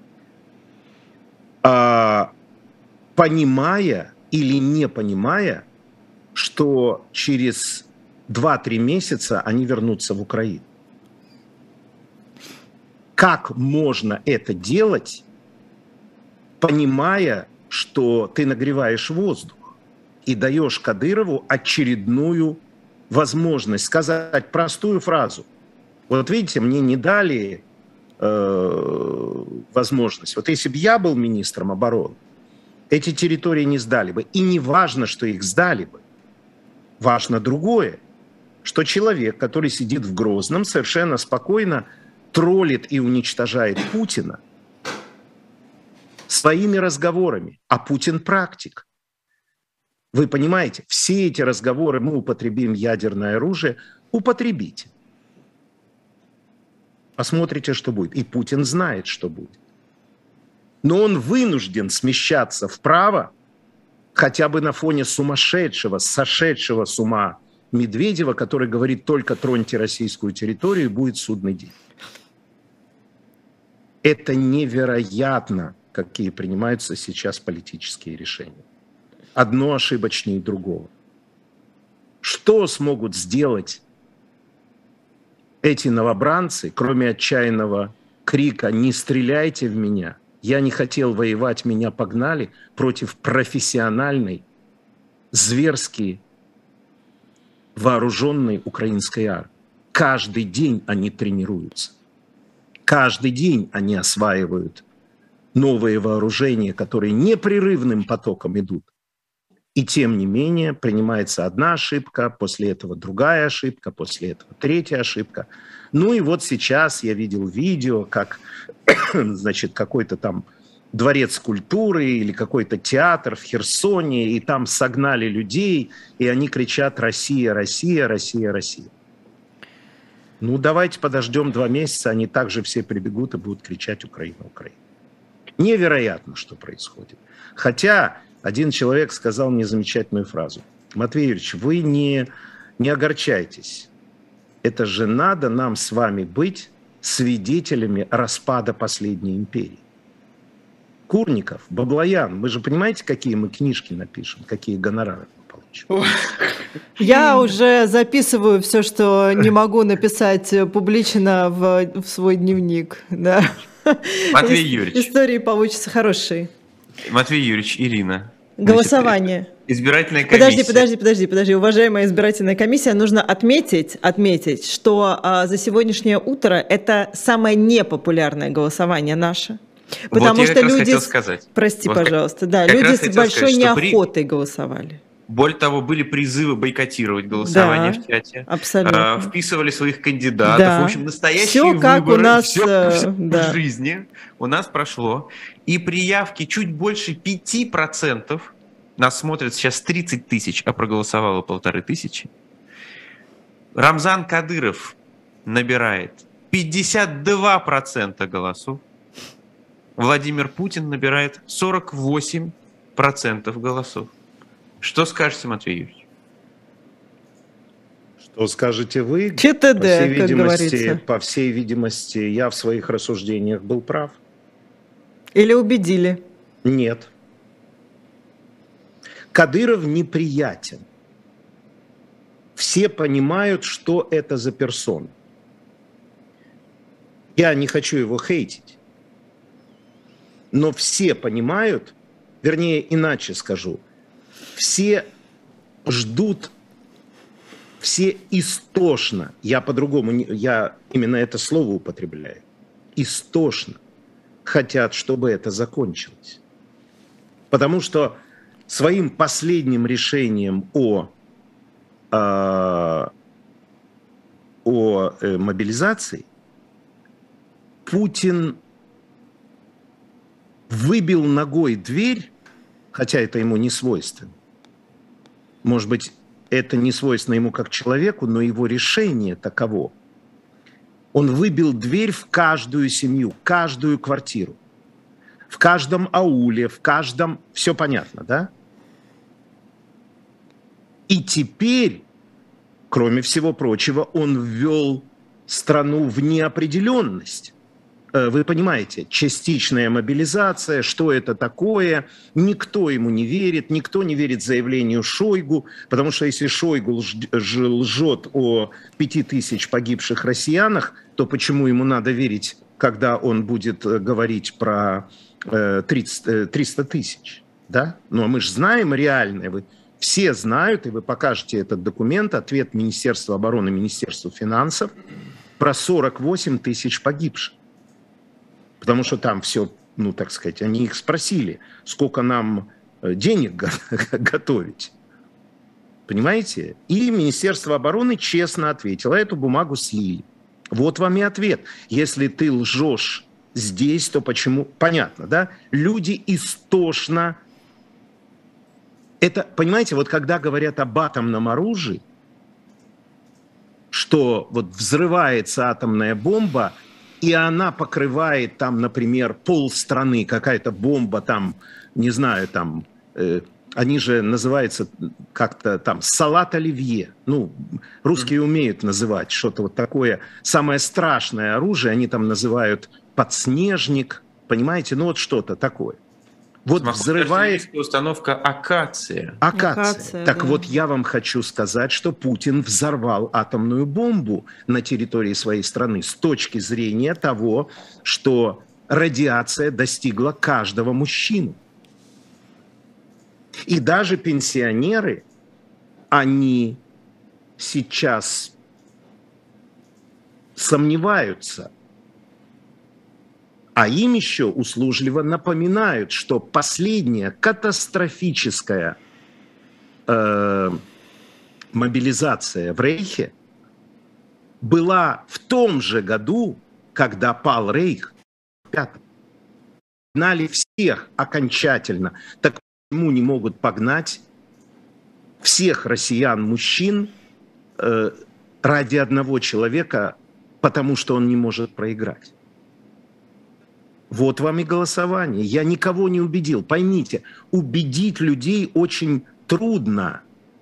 понимая или не понимая, что через 2-3 месяца они вернутся в Украину. Как можно это делать, понимая, что ты нагреваешь воздух и даешь Кадырову очередную возможность сказать простую фразу? Вот видите, мне не дали возможность. Вот если бы я был министром обороны, эти территории не сдали бы. И не важно, что их сдали бы. Важно другое, что человек, который сидит в Грозном, совершенно спокойно троллит и уничтожает Путина своими разговорами. А Путин практик. Вы понимаете, все эти разговоры, мы употребим ядерное оружие, употребите. Посмотрите, что будет. И Путин знает, что будет. Но он вынужден смещаться вправо, хотя бы на фоне сумасшедшего, сошедшего с ума Медведева, который говорит: только троньте российскую территорию, и будет судный день. Это невероятно, какие принимаются сейчас политические решения. Одно ошибочнее другого. Что смогут сделать эти новобранцы, кроме отчаянного крика «Не стреляйте в меня! Я не хотел воевать, меня погнали!» против профессиональной, зверски вооруженной украинской армии. Каждый день они тренируются. Каждый день они осваивают новые вооружения, которые непрерывным потоком идут. И тем не менее принимается одна ошибка, после этого другая ошибка, после этого третья ошибка. Ну и вот сейчас я видел видео, как, значит, какой-то там дворец культуры или какой-то театр в Херсоне, и там согнали людей, и они кричат «Россия, Россия, Россия, Россия». Ну давайте подождем 2 месяца, они также все прибегут и будут кричать «Украина, Украина». Невероятно, что происходит. Хотя один человек сказал мне замечательную фразу. Матвей Юрьевич, вы не огорчайтесь. Это же надо нам с вами быть свидетелями распада последней империи. Курников, Баблоян, вы же понимаете, какие мы книжки напишем, какие гонорары мы получим? Я уже записываю все, что не могу написать публично в свой дневник. Да. Матвей Юрьевич. Истории получатся хорошие. Матвей Юрьевич, Ирина. Голосование. Значит, избирательная комиссия. Подожди. Уважаемая избирательная комиссия, нужно отметить, что за сегодняшнее утро это самое непопулярное голосование наше. Потому вот что я люди, сказать. Прости, вот пожалуйста, да, люди с большой неохотой голосовали. Более того, были призывы бойкотировать голосование в чате. Абсолютно. Вписывали своих кандидатов. Да. В общем, настоящие все, выборы. Как у нас, все в жизни у нас прошло. И при явке чуть больше 5%, нас смотрят сейчас 30 тысяч, а проголосовало 1500. Рамзан Кадыров набирает 52% голосов. Владимир Путин набирает 48% голосов. Что скажете, Матвей Юрьевич? Что скажете вы? ЧТД, как говорится. По всей видимости, я в своих рассуждениях был прав. Или убедили? Нет. Кадыров неприятен. Все понимают, что это за персона. Я не хочу его хейтить. Но все понимают, вернее, иначе скажу, все ждут, все истошно, я по-другому, я именно это слово употребляю, истошно хотят, чтобы это закончилось. Потому что своим последним решением о мобилизации Путин выбил ногой дверь, хотя это ему не свойственно. Может быть, это не свойственно ему как человеку, но его решение таково. Он выбил дверь в каждую семью, каждую квартиру, в каждом ауле, в каждом... Все понятно, да? И теперь, кроме всего прочего, он ввел страну в неопределенность. Вы понимаете, частичная мобилизация, что это такое, никто ему не верит, никто не верит заявлению Шойгу, потому что если Шойгу лжет о 5000 погибших россиянах, то почему ему надо верить, когда он будет говорить про 300 тысяч? Да? Ну а мы же знаем реальное, вы все знают, и вы покажете этот документ, ответ Министерства обороны, Министерства финансов про 48 тысяч погибших. Потому что там все, ну, так сказать, они их спросили, сколько нам денег готовить. Понимаете? И Министерство обороны честно ответило, эту бумагу слили. Вот вам и ответ. Если ты лжешь здесь, то почему? Понятно, да? Люди истошно... Это, понимаете, вот когда говорят об атомном оружии, что вот взрывается атомная бомба, и она покрывает там, например, полстраны, какая-то бомба там, не знаю, там, они же называются как-то там салат оливье. Ну, русские умеют называть что-то вот такое. Самое страшное оружие они там называют подснежник, понимаете, ну вот что-то такое. Вот взрывает... установка «Акация». Акация. Так да. Вот я вам хочу сказать, что Путин взорвал атомную бомбу на территории своей страны с точки зрения того, что радиация достигла каждого мужчину. И даже пенсионеры, они сейчас сомневаются, а им еще услужливо напоминают, что последняя катастрофическая мобилизация в Рейхе была в том же году, когда пал Рейх, в 5-м. Гнали всех окончательно. Так почему не могут погнать всех россиян-мужчин ради одного человека, потому что он не может проиграть? Вот вам и голосование. Я никого не убедил. Поймите, убедить людей очень трудно.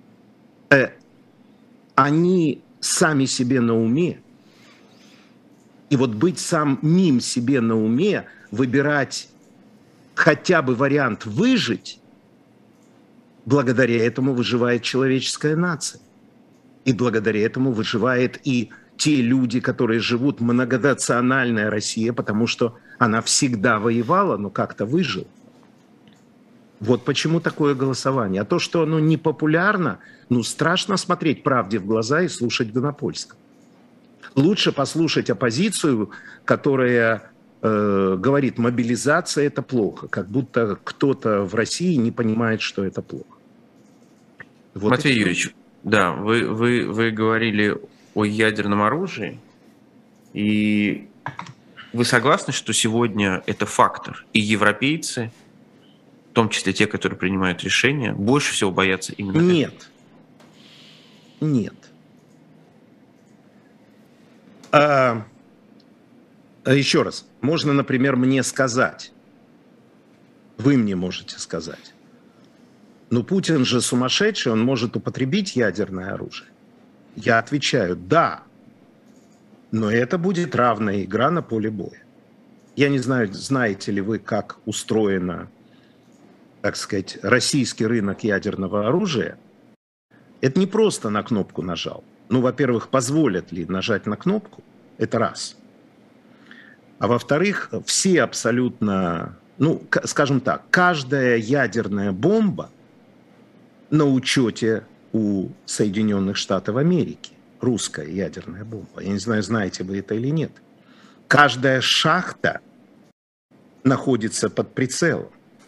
Они сами себе на уме. И вот быть самим себе на уме, выбирать хотя бы вариант выжить, благодаря этому выживает человеческая нация. И благодаря этому выживает и те люди, которые живут, многонациональная Россия, потому что она всегда воевала, но как-то выжила. Вот почему такое голосование. А то, что оно не популярно, ну, страшно смотреть правде в глаза и слушать Гонопольского. Лучше послушать оппозицию, которая говорит, мобилизация – это плохо. Как будто кто-то в России не понимает, что это плохо. Вот Матвей Юрьевич, да, вы говорили о ядерном оружии, и вы согласны, что сегодня это фактор, и европейцы, в том числе те, которые принимают решения, больше всего боятся именно этого? Нет. Еще раз, можно, например, мне сказать, вы мне можете сказать, но Путин же сумасшедший, он может употребить ядерное оружие. Я отвечаю, да, но это будет равная игра на поле боя. Я не знаю, знаете ли вы, как устроено, так сказать, российский рынок ядерного оружия. Это не просто на кнопку нажал. Ну, во-первых, позволят ли нажать на кнопку, это раз. А во-вторых, все абсолютно, ну, скажем так, каждая ядерная бомба на учете у Соединенных Штатов Америки. Русская ядерная бомба. Я не знаю, знаете вы это или нет. Каждая шахта находится под прицелом.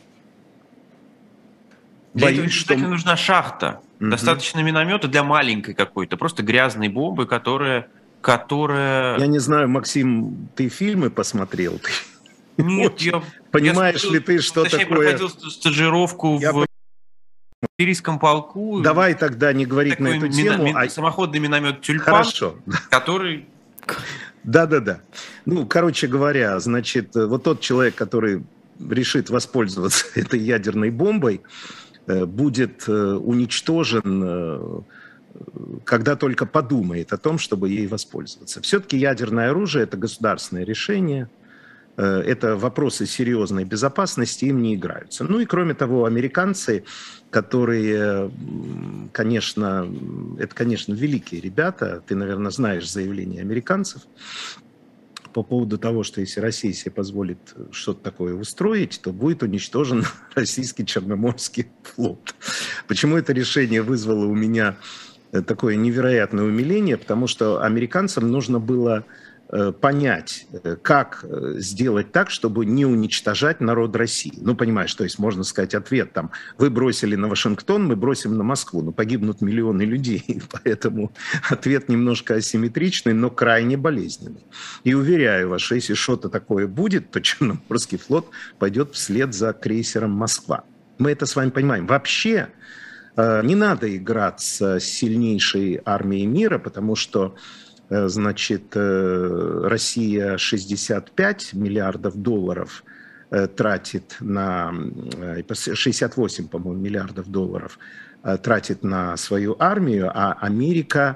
Боюсь, что нужна шахта. Достаточно миномета для маленькой какой-то, просто грязной бомбы, которая... Я не знаю, Максим, ты фильмы посмотрел? Нет, понимаешь ли ты, что такое... Я проходил стажировку в сирийском полку. Давай тогда не говорить на эту тему. Самоходный миномет «Тюльпан», хорошо, который... Да. Ну, короче говоря, значит, вот тот человек, который решит воспользоваться этой ядерной бомбой, будет уничтожен, когда только подумает о том, чтобы ей воспользоваться. Все-таки ядерное оружие – это государственное решение, это вопросы серьезной безопасности, им не играются. Ну и кроме того, американцы, которые, конечно, это, конечно, великие ребята, ты, наверное, знаешь заявления американцев по поводу того, что если Россия себе позволит что-то такое устроить, то будет уничтожен российский Черноморский флот. Почему это решение вызвало у меня такое невероятное умиление? Потому что американцам нужно было понять, как сделать так, чтобы не уничтожать народ России. Ну, понимаешь, то есть можно сказать ответ там, вы бросили на Вашингтон, мы бросим на Москву, но погибнут миллионы людей, поэтому ответ немножко асимметричный, но крайне болезненный. И уверяю вас, что если что-то такое будет, то Черноморский флот пойдет вслед за крейсером «Москва». Мы это с вами понимаем. Вообще не надо играться с сильнейшей армией мира, потому что значит, Россия 65 миллиардов долларов тратит на... 68, по-моему, миллиардов долларов тратит на свою армию, а Америка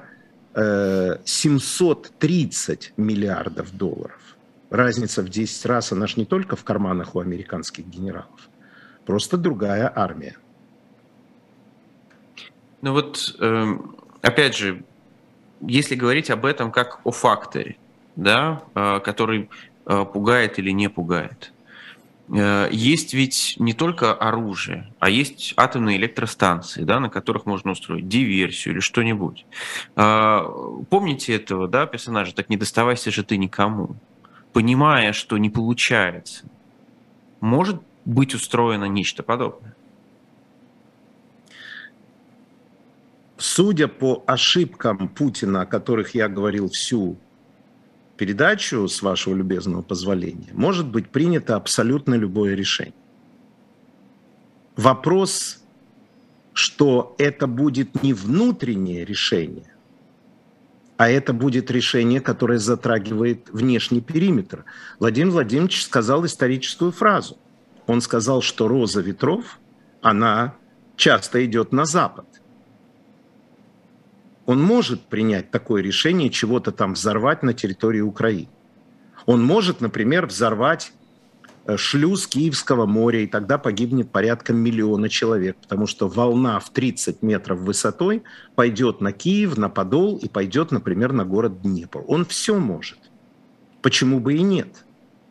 730 миллиардов долларов. Разница в 10 раз, она же не только в карманах у американских генералов. просто другая армия. Ну вот, опять же, если говорить об этом как о факторе, да, который пугает или не пугает, есть ведь не только оружие, а есть атомные электростанции, да, на которых можно устроить диверсию или что-нибудь. Помните этого, да, персонажа, так не доставайся же ты никому. Понимая, что не получается, может быть устроено нечто подобное? Судя по ошибкам Путина, о которых я говорил всю передачу, с вашего любезного позволения, может быть принято абсолютно любое решение. Вопрос, что это будет не внутреннее решение, а это будет решение, которое затрагивает внешний периметр. Владимир Владимирович сказал историческую фразу. Он сказал, что роза ветров, она часто идет на запад. Он может принять такое решение, чего-то там взорвать на территории Украины. Он может, например, взорвать шлюз Киевского моря, и тогда погибнет порядка 1 миллиона человек, потому что волна в 30 метров высотой пойдет на Киев, на Подол и пойдет, например, на город Днепр. Он все может. Почему бы и нет?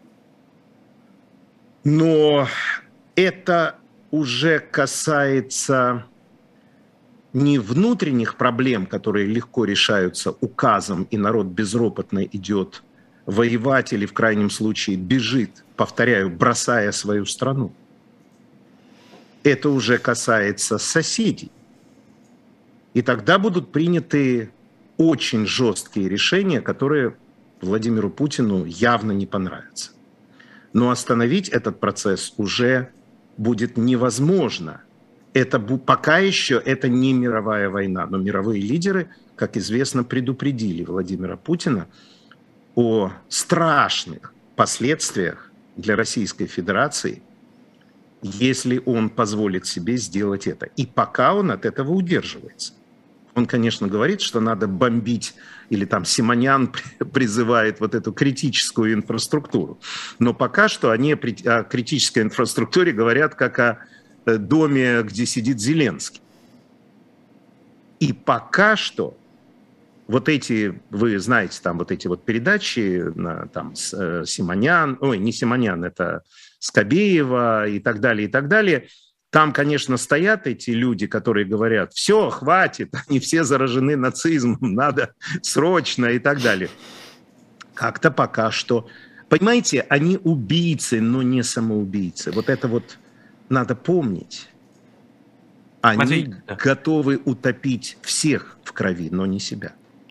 Но это уже касается не внутренних проблем, которые легко решаются указом, и народ безропотно идет воевать или в крайнем случае бежит, повторяю, бросая свою страну. Это уже касается соседей. И тогда будут приняты очень жесткие решения, которые Владимиру Путину явно не понравятся. Но остановить этот процесс уже будет невозможно. Это пока еще это не мировая война, но мировые лидеры, как известно, предупредили Владимира Путина о страшных последствиях для Российской Федерации, если он позволит себе сделать это. И пока он от этого удерживается. Он, конечно, говорит, что надо бомбить, или там Симонян призывает вот эту критическую инфраструктуру. Но пока что они о критической инфраструктуре говорят как о доме, где сидит Зеленский. И пока что вот эти, вы знаете, там вот эти вот передачи, там Симонян, ой, не Симонян, это Скобеева и так далее, там, конечно, стоят эти люди, которые говорят, все, хватит, они все заражены нацизмом, надо срочно и так далее. Как-то пока что, понимаете, они убийцы, но не самоубийцы. Вот это вот надо помнить. Они готовы утопить всех в крови, но не себя.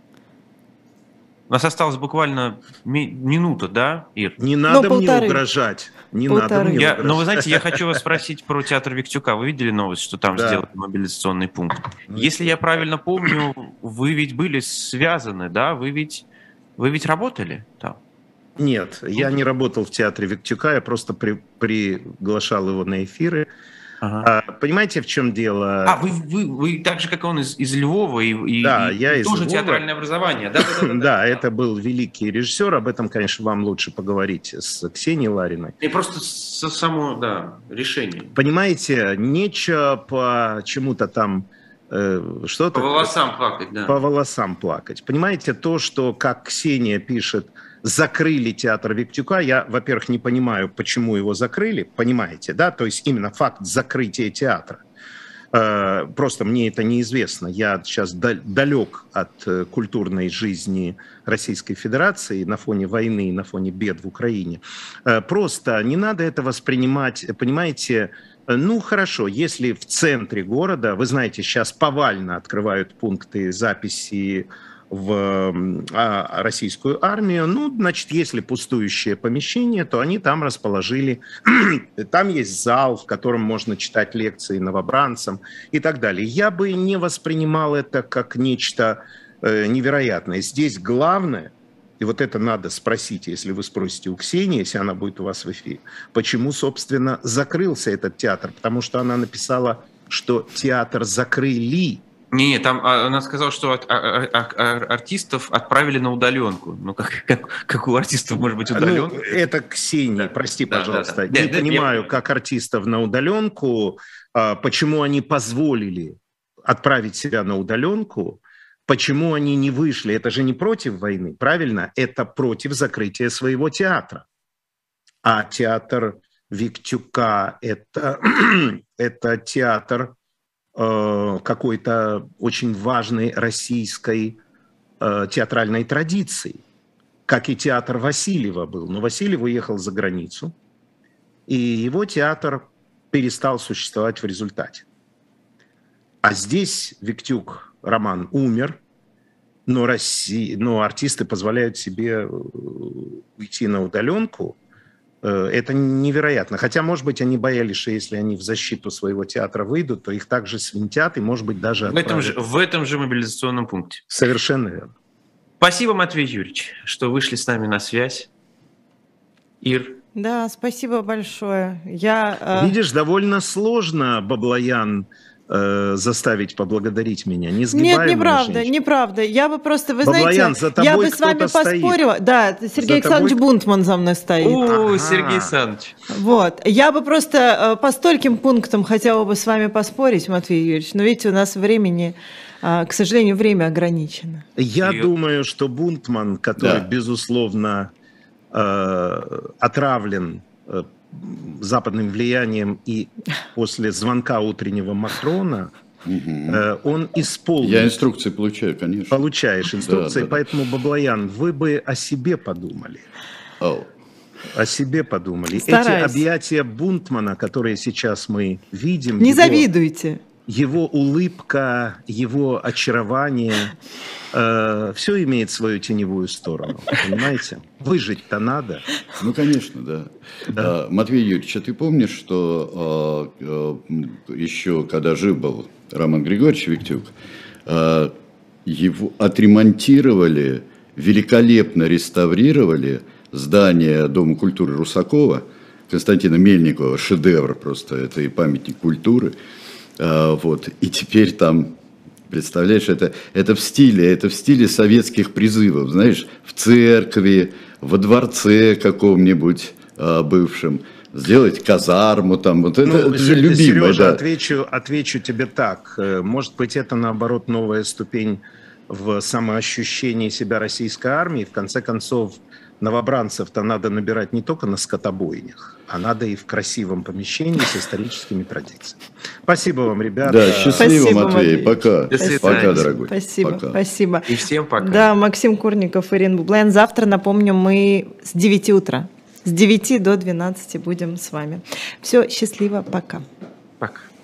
У нас осталось буквально минута, да, Ир? Не надо мне угрожать. Не надо мне угрожать. Но вы знаете, я хочу вас спросить про театр Виктюка. Вы видели новость, что там сделали мобилизационный пункт? Если я правильно помню, вы ведь были связаны, да? Вы ведь работали там? Нет, я не работал в театре Виктюка, я просто приглашал его на эфиры. Ага. Понимаете, в чем дело? Вы так же, как он, из Львова, да, я из тоже Львова. Театральное образование. Да, это был великий режиссер, об этом, конечно, вам лучше поговорить с Ксенией Лариной. И просто само решение. Понимаете, нечего по чему-то там что-то... По волосам плакать, да. По волосам плакать. Понимаете, то, что, как Ксения пишет, закрыли театр Виктюка, я, во-первых, не понимаю, почему его закрыли, понимаете, да, то есть именно факт закрытия театра. Просто мне это неизвестно. Я сейчас далек от культурной жизни Российской Федерации на фоне войны, на фоне бед в Украине. Просто не надо это воспринимать, понимаете, ну хорошо, если в центре города, вы знаете, сейчас повально открывают пункты записи в российскую армию, ну, значит, если пустующее помещение, то они там расположили, там есть зал, в котором можно читать лекции новобранцам и так далее. Я бы не воспринимал это как нечто невероятное. Здесь главное, и вот это надо спросить, если вы спросите у Ксении, если она будет у вас в эфире, почему, собственно, закрылся этот театр, потому что она написала, что театр закрыли, Не, там она сказала, что артистов отправили на удаленку. Ну, как у артистов может быть удаленка? Ну, это Ксения, прости, пожалуйста. Не понимаю, как артистов на удаленку, почему они позволили отправить себя на удаленку, почему они не вышли. Это же не против войны, правильно? Это против закрытия своего театра. А театр Виктюка – это театр какой-то очень важной российской театральной традиции, как и театр Васильева был. Но Васильев уехал за границу, и его театр перестал существовать в результате. А здесь Виктюк Роман умер, но артисты позволяют себе уйти на удаленку. Это невероятно. Хотя, может быть, они боялись, что если они в защиту своего театра выйдут, то их также свинтят и, может быть, даже отправят. В этом же мобилизационном пункте. Совершенно верно. Спасибо, Матвей Юрьевич, что вышли с нами на связь. Ир. Да, спасибо большое. Видишь, довольно сложно, Баблоян, заставить поблагодарить меня. Нет, неправда. Я бы просто, вы Баблоян, знаете, я бы с вами поспорила. Стоит. Да, Сергей Александрович Бунтман за мной стоит. Сергей Александрович. Вот. Я бы просто по стольким пунктам хотела бы с вами поспорить, Матвей Юрьевич, но видите, у нас времени, к сожалению, время ограничено. Я думаю, что Бунтман, который, безусловно, отравлен западным влиянием и после звонка утреннего Макрона, он исполнит. Я инструкции получаю, конечно. Получаешь инструкции, поэтому, Баблоян, вы бы о себе подумали. О себе подумали. Стараюсь. Эти объятия Бунтмана, которые сейчас мы видим... Не завидуйте. Его улыбка, его очарование, все имеет свою теневую сторону, понимаете? Выжить-то надо. Ну, конечно, да. Матвей Юрьевич, а ты помнишь, что еще когда жив был Роман Григорьевич Виктюк, его отремонтировали, великолепно реставрировали здание Дома культуры Русакова, Константина Мельникова, шедевр просто, это и памятник культуры. Вот. И теперь там, представляешь, это в стиле советских призывов, знаешь, в церкви, во дворце каком-нибудь бывшем, сделать казарму там, вот это же любимое. Сережа, отвечу тебе так, может быть, это наоборот новая ступень в самоощущении себя российской армии, в конце концов, новобранцев-то надо набирать не только на скотобойнях, а надо и в красивом помещении с историческими традициями. Спасибо вам, ребята. Да, счастливо, Матвей. Пока. Пока, дорогой. Спасибо. И всем пока. Да, Максим Курников, Ирина Баблоян. Завтра, напомню, мы с 9 утра. С 9 до 12 будем с вами. Все, счастливо, пока. Пока.